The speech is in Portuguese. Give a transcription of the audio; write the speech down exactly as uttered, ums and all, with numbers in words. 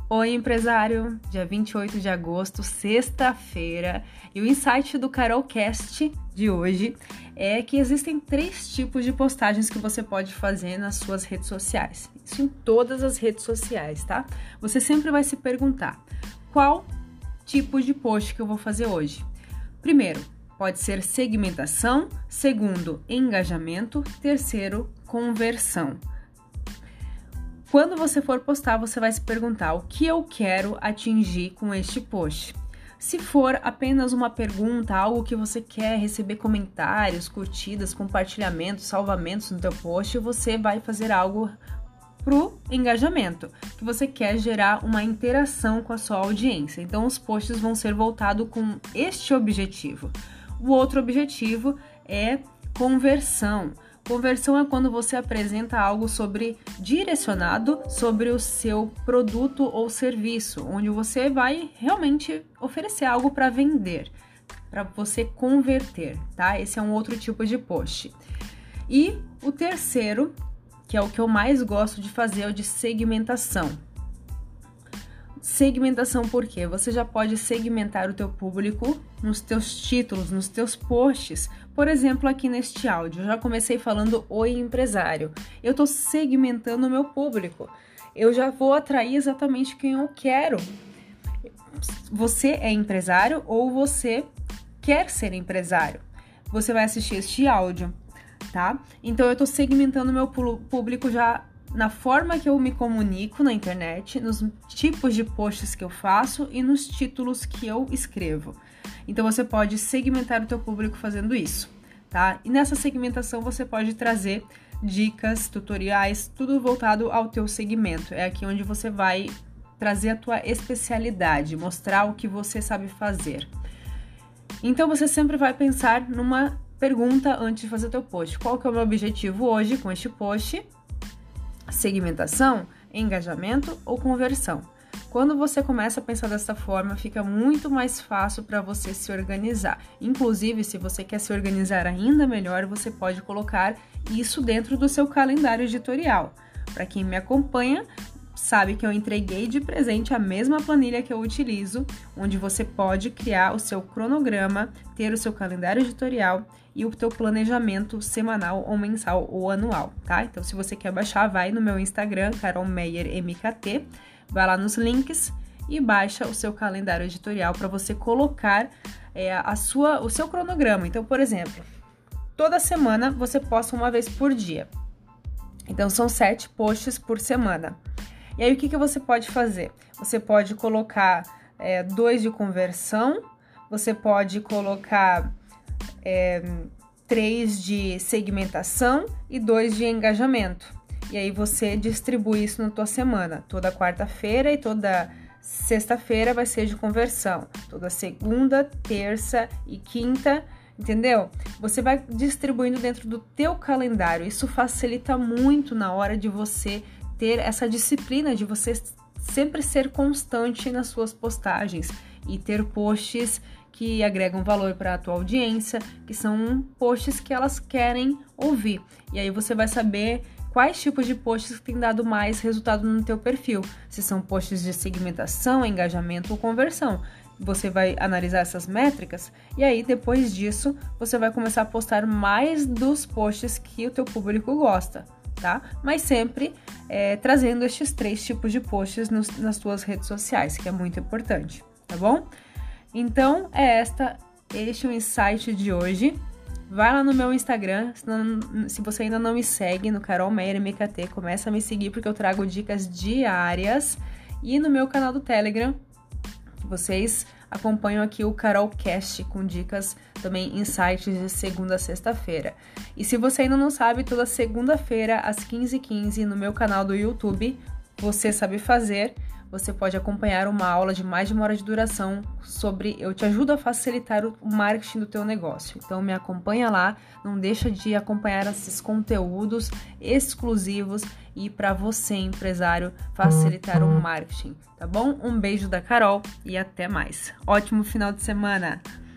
Oi, empresário! Dia vinte e oito de agosto, sexta-feira, e o insight do Carolcast de hoje é que existem três tipos de postagens que você pode fazer nas suas redes sociais. Isso em todas as redes sociais, tá? Você sempre vai se perguntar, qual tipo de post que eu vou fazer hoje? Primeiro, pode ser segmentação. Segundo, engajamento. Terceiro, conversão. Quando você for postar, você vai se perguntar o que eu quero atingir com este post. Se for apenas uma pergunta, algo que você quer receber comentários, curtidas, compartilhamentos, salvamentos no teu post, você vai fazer algo pro engajamento, que você quer gerar uma interação com a sua audiência. Então, os posts vão ser voltados com este objetivo. O outro objetivo é conversão. Conversão é quando você apresenta algo sobre direcionado sobre o seu produto ou serviço, onde você vai realmente oferecer algo para vender, para você converter, tá? Esse é um outro tipo de post. E o terceiro, que é o que eu mais gosto de fazer, é o de segmentação. Segmentação por quê? Você já pode segmentar o teu público nos teus títulos, nos teus posts. Por exemplo, aqui neste áudio, eu já comecei falando Oi, empresário. Eu estou segmentando o meu público. Eu já vou atrair exatamente quem eu quero. Você é empresário ou você quer ser empresário? Você vai assistir este áudio, tá? Então, eu estou segmentando o meu público já na forma que eu me comunico na internet, nos tipos de posts que eu faço e nos títulos que eu escrevo. Então, você pode segmentar o teu público fazendo isso, tá? E nessa segmentação, você pode trazer dicas, tutoriais, tudo voltado ao teu segmento. É aqui onde você vai trazer a tua especialidade, mostrar o que você sabe fazer. Então, você sempre vai pensar numa pergunta antes de fazer o teu post. Qual que é o meu objetivo hoje com este post? Segmentação, engajamento ou conversão? Quando você começa a pensar dessa forma, fica muito mais fácil para você se organizar. Inclusive, se você quer se organizar ainda melhor, você pode colocar isso dentro do seu calendário editorial. Para quem me acompanha, sabe que eu entreguei de presente a mesma planilha que eu utilizo, onde você pode criar o seu cronograma, ter o seu calendário editorial e o teu planejamento semanal ou mensal ou anual, tá? Então, se você quer baixar, vai no meu Instagram, Carol Meyer M K T, vai lá nos links e baixa o seu calendário editorial para você colocar é, a sua, o seu cronograma. Então, por exemplo, toda semana você posta uma vez por dia. Então, são sete posts por semana. E aí, o que, que você pode fazer? Você pode colocar é, dois de conversão, você pode colocar é, três de segmentação e dois de engajamento. E aí, você distribui isso na tua semana. Toda quarta-feira e toda sexta-feira vai ser de conversão. Toda segunda, terça e quinta, entendeu? Você vai distribuindo dentro do teu calendário. Isso facilita muito na hora de você ter essa disciplina de você sempre ser constante nas suas postagens e ter posts que agregam valor para a tua audiência, que são posts que elas querem ouvir. E aí você vai saber quais tipos de posts que têm dado mais resultado no teu perfil, se são posts de segmentação, engajamento ou conversão. Você vai analisar essas métricas e aí depois disso você vai começar a postar mais dos posts que o teu público gosta, tá? Mas sempre é, trazendo estes três tipos de posts nos, nas tuas redes sociais, que é muito importante, tá bom? Então, é esta, este é o insight de hoje. Vai lá no meu Instagram, se, não, se você ainda não me segue, no Carol Meyer M K T, começa a me seguir porque eu trago dicas diárias. E no meu canal do Telegram, vocês acompanham aqui o Carolcast com dicas também, insights de segunda a sexta-feira. E se você ainda não sabe, toda segunda-feira às quinze e quinze no meu canal do YouTube, Você Sabe Fazer, você pode acompanhar uma aula de mais de uma hora de duração sobre Eu Te Ajudo a Facilitar o Marketing do Teu Negócio. Então me acompanha lá, não deixa de acompanhar esses conteúdos exclusivos e para você, empresário, facilitar o marketing, tá bom? Um beijo da Carol e até mais. Ótimo final de semana!